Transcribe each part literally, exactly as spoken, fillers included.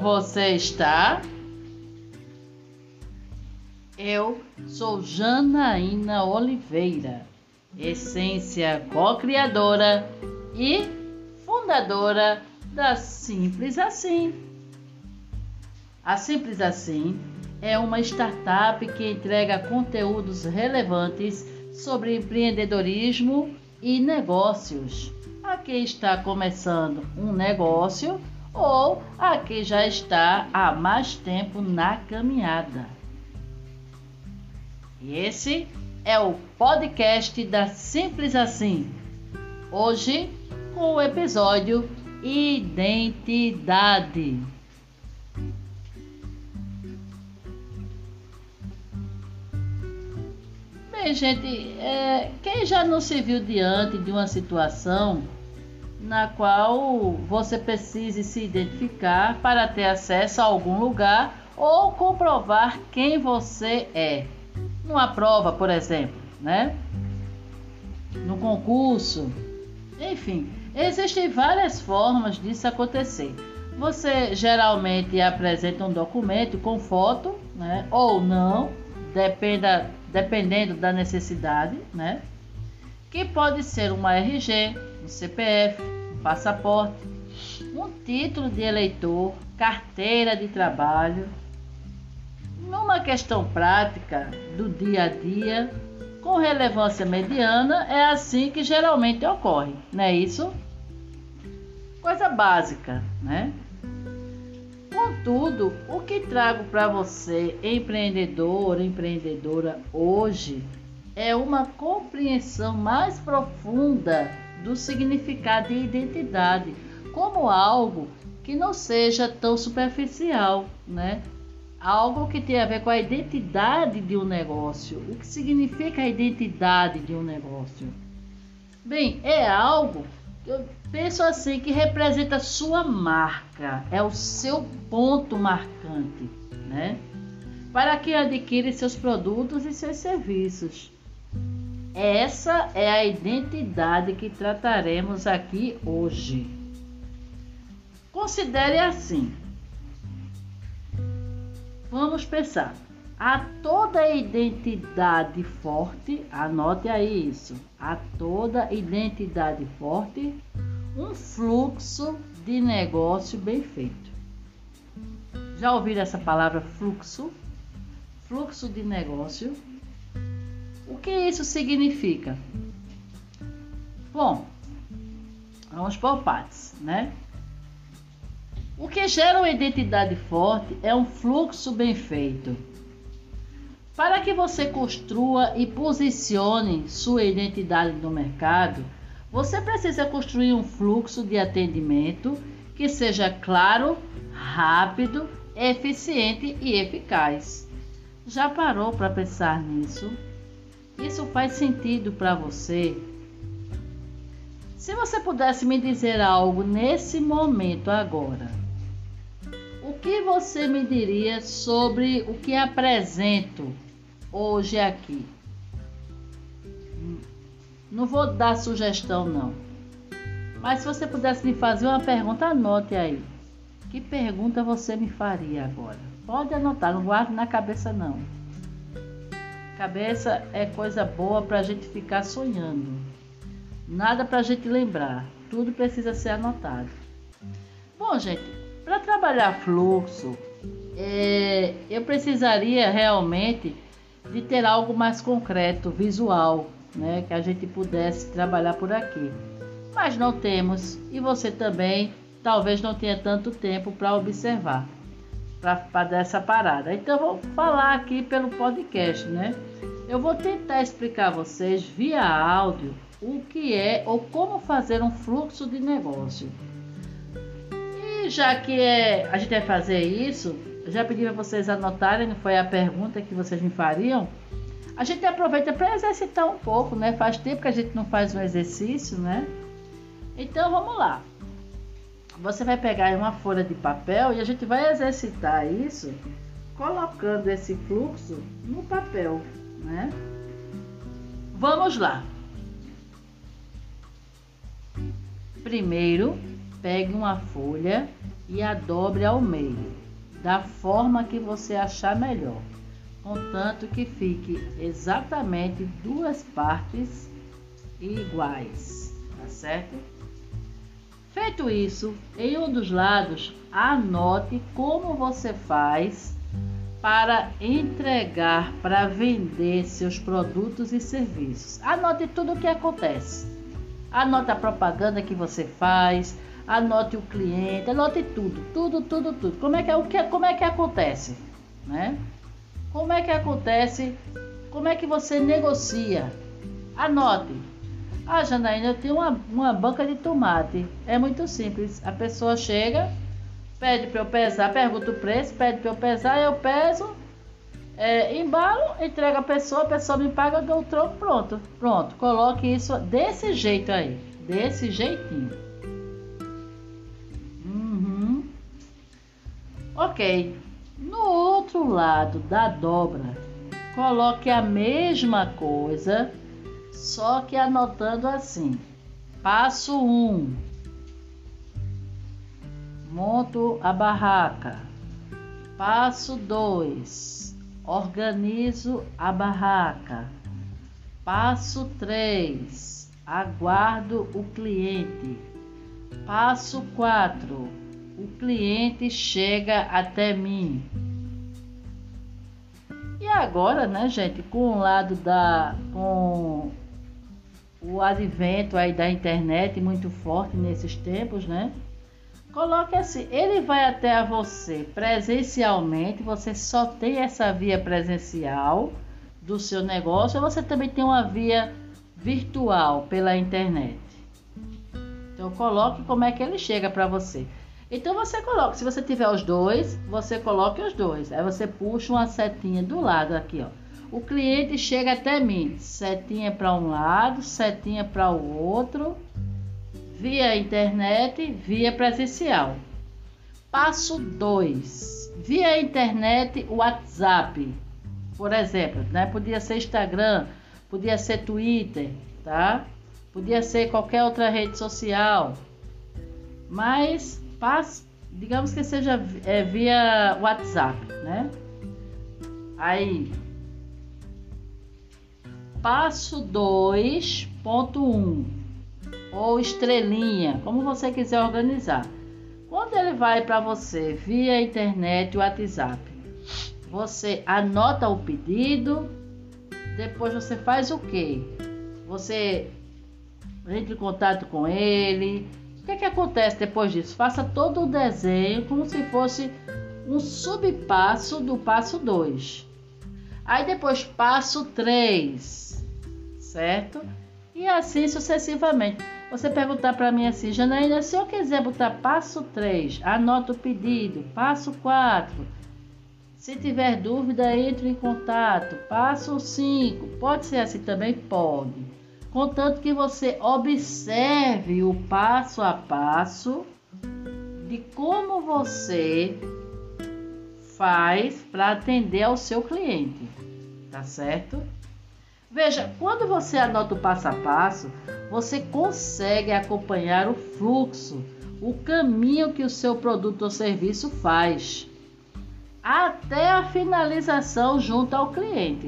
você está? Eu sou Janaína Oliveira, essência co-criadora e fundadora da Simples Assim. A Simples Assim é uma startup que entrega conteúdos relevantes sobre empreendedorismo e negócios. Aqui está começando um negócio ou aqui já está há mais tempo na caminhada. E esse é o podcast da Simples Assim. Hoje com o episódio Identidade. Bem, gente, é, quem já não se viu diante de uma situação na qual você precise se identificar para ter acesso a algum lugar ou comprovar quem você é? Numa prova, por exemplo, né? No concurso, enfim, existem várias formas disso acontecer. Você geralmente apresenta um documento com foto, né? Ou não, dependa, dependendo da necessidade, né? Que pode ser uma R G, um C P F, um passaporte, um título de eleitor, carteira de trabalho. Numa questão prática do dia a dia, com relevância mediana, é assim que geralmente ocorre, não é isso? Coisa básica, né? Contudo, o que trago para você, empreendedor, empreendedora, hoje, é uma compreensão mais profunda do significado de identidade, como algo que não seja tão superficial, né? Algo que tem a ver com a identidade de um negócio. O que significa a identidade de um negócio? Bem, é algo que eu penso assim, que representa a sua marca, é o seu ponto marcante, né? Para quem adquire seus produtos e seus serviços. Essa é a identidade que trataremos aqui hoje. Considere assim. Vamos pensar. A toda identidade forte, anote aí isso. A toda identidade forte, um fluxo de negócio bem feito. Já ouviram essa palavra fluxo? Fluxo de negócio. O que isso significa? Bom, vamos por partes, né? O que gera uma identidade forte é um fluxo bem feito. Para que você construa e posicione sua identidade no mercado, você precisa construir um fluxo de atendimento que seja claro, rápido, eficiente e eficaz. Já parou para pensar nisso? Isso faz sentido para você? Se você pudesse me dizer algo nesse momento agora, o que você me diria sobre o que apresento hoje aqui? Não vou dar sugestão não, mas se você pudesse me fazer uma pergunta, anote aí. Que pergunta você me faria agora? Pode anotar, não guarde na cabeça não. Cabeça é coisa boa para a gente ficar sonhando. Nada para a gente lembrar. Tudo precisa ser anotado. Bom, gente, para trabalhar fluxo, é, eu precisaria realmente de ter algo mais concreto, visual, né, que a gente pudesse trabalhar por aqui. Mas não temos, e você também talvez não tenha tanto tempo para observar, para dar essa parada. Então, eu vou falar aqui pelo podcast, né? Eu vou tentar explicar a vocês via áudio o que é ou como fazer um fluxo de negócio. E já que é, a gente vai fazer isso, eu já pedi para vocês anotarem, não foi a pergunta que vocês me fariam. A gente aproveita para exercitar um pouco, né? Faz tempo que a gente não faz um exercício, né? Então, vamos lá. Você vai pegar uma folha de papel e a gente vai exercitar isso colocando esse fluxo no papel, né? Vamos lá. Primeiro, pegue uma folha e a dobre ao meio, da forma que você achar melhor, contanto que fique exatamente duas partes iguais, tá certo? Feito isso, em um dos lados, anote como você faz para entregar, para vender seus produtos e serviços. Anote tudo o que acontece. Anote a propaganda que você faz, anote o cliente, anote tudo, tudo, tudo, tudo. Como é que, o que, como é que acontece, né? Como é que acontece, como é que você negocia? Anote. Ah, Janaína, eu tenho uma, uma banca de tomate. É muito simples. A pessoa chega, pede para eu pesar, pergunta o preço, pede para eu pesar, eu peso, é, embalo, entrego a pessoa, a pessoa me paga, eu dou o troco, pronto. Pronto, coloque isso desse jeito aí, desse jeitinho. Uhum. Ok. No outro lado da dobra, coloque a mesma coisa, só que anotando assim. Passo um. Monto a barraca. Passo dois. Organizo a barraca. Passo três. Aguardo o cliente. Passo quatro. O cliente chega até mim. E agora, né, gente, com o lado da... com o advento aí da internet muito forte nesses tempos, né? Coloque assim, ele vai até a você presencialmente, você só tem essa via presencial do seu negócio, ou você também tem uma via virtual pela internet. Então coloque como é que ele chega para você. Então você coloca, se você tiver os dois, você coloque os dois. Aí você puxa uma setinha do lado aqui, ó. O cliente chega até mim, setinha para um lado, setinha para o outro. Via internet, via presencial. Passo dois. Via internet, WhatsApp. Por exemplo, né? Podia ser Instagram, podia ser Twitter, tá? Podia ser qualquer outra rede social. Mas, passo, digamos que seja é, via WhatsApp, né? Aí, passo dois ponto um. Ou estrelinha, como você quiser organizar. Quando ele vai para você via internet, WhatsApp, você anota o pedido, depois você faz o quê? Você entra em contato com ele. O que é que acontece depois disso? Faça todo o desenho como se fosse um subpasso do passo dois. Aí depois passo três, certo? E assim sucessivamente. Você perguntar para mim assim, Janaína, se eu quiser botar passo três, anota o pedido, passo quatro. Se tiver dúvida, entre em contato. Passo cinco. Pode ser assim também? Pode. Contanto que você observe o passo a passo de como você faz para atender ao seu cliente. Tá certo? Veja, quando você anota o passo a passo, você consegue acompanhar o fluxo, o caminho que o seu produto ou serviço faz, até a finalização junto ao cliente.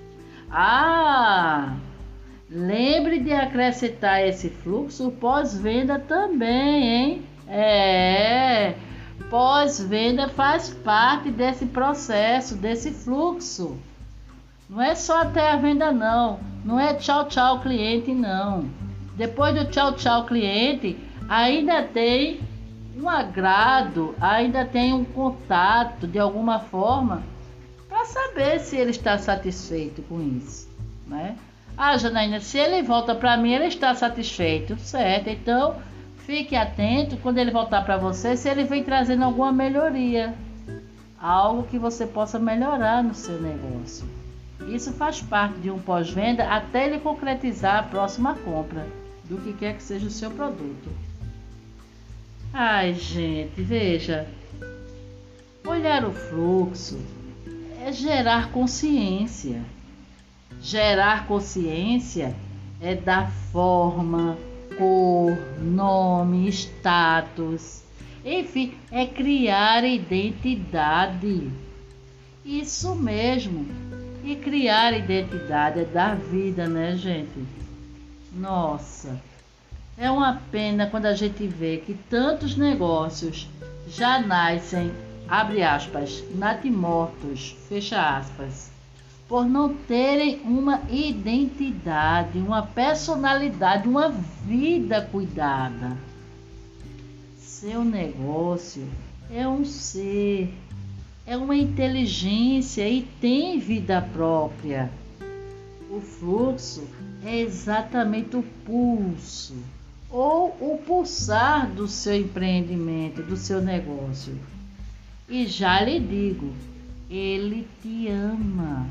Ah, lembre de acrescentar esse fluxo pós-venda também, hein? É, pós-venda faz parte desse processo, desse fluxo. Não é só até a venda não, não é tchau tchau cliente não. Depois do tchau tchau cliente, ainda tem um agrado, ainda tem um contato de alguma forma para saber se ele está satisfeito com isso, né? Ah, Janaína, se ele volta para mim, ele está satisfeito, certo? Então, fique atento quando ele voltar para você, se ele vem trazendo alguma melhoria, algo que você possa melhorar no seu negócio. Isso faz parte de um pós-venda até ele concretizar a próxima compra do que quer que seja o seu produto. Ai, gente, veja. Olhar o fluxo é gerar consciência. Gerar consciência é dar forma, cor, nome, status. Enfim, é criar identidade. Isso mesmo. E criar identidade é dar vida, né, gente? Nossa, é uma pena quando a gente vê que tantos negócios já nascem, abre aspas, natimortos, fecha aspas, por não terem uma identidade, uma personalidade, uma vida cuidada. Seu negócio é um ser, é uma inteligência e tem vida própria. O fluxo é exatamente o pulso ou o pulsar do seu empreendimento, do seu negócio. E já lhe digo, ele te ama.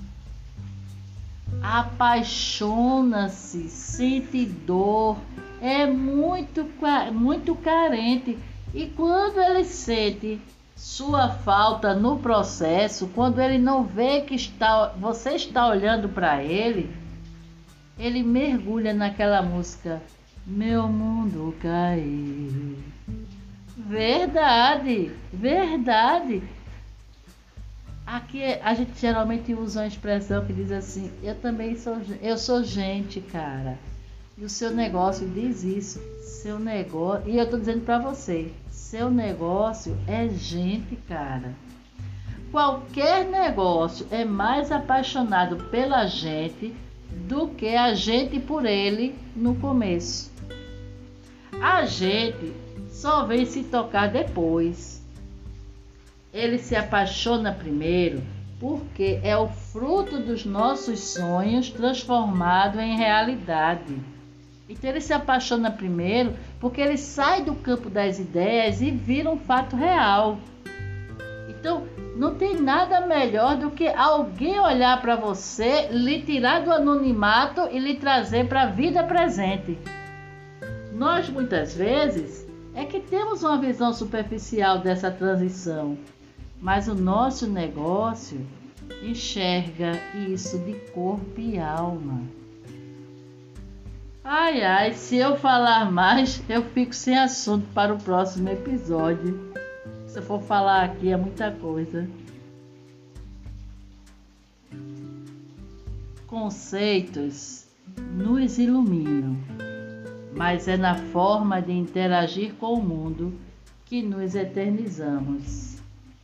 Apaixona-se, sente dor, é muito, muito carente. E quando ele sente sua falta no processo, quando ele não vê que está, você está olhando para ele, ele mergulha naquela música, meu mundo caiu. Verdade, verdade. Aqui a gente geralmente usa uma expressão que diz assim, eu também sou, eu sou gente, cara. E o seu negócio diz isso. Seu negócio, e eu tô dizendo para você, seu negócio é gente, cara. Qualquer negócio é mais apaixonado pela gente do que a gente por ele no começo. A gente só vem se tocar depois. Ele se apaixona primeiro porque é o fruto dos nossos sonhos transformado em realidade. Então ele se apaixona primeiro porque ele sai do campo das ideias e vira um fato real. Então não tem nada melhor do que alguém olhar para você, lhe tirar do anonimato e lhe trazer para a vida presente. Nós muitas vezes é que temos uma visão superficial dessa transição, mas o nosso negócio enxerga isso de corpo e alma. Ai, ai, se eu falar mais, eu fico sem assunto para o próximo episódio. Se eu for falar aqui, é muita coisa. Conceitos nos iluminam, mas é na forma de interagir com o mundo que nos eternizamos.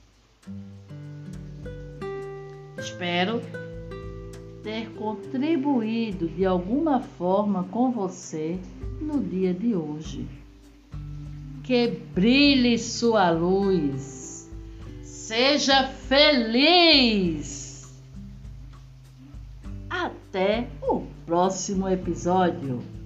Espero ter contribuído de alguma forma com você no dia de hoje. Que brilhe sua luz. Seja feliz. Até o próximo episódio.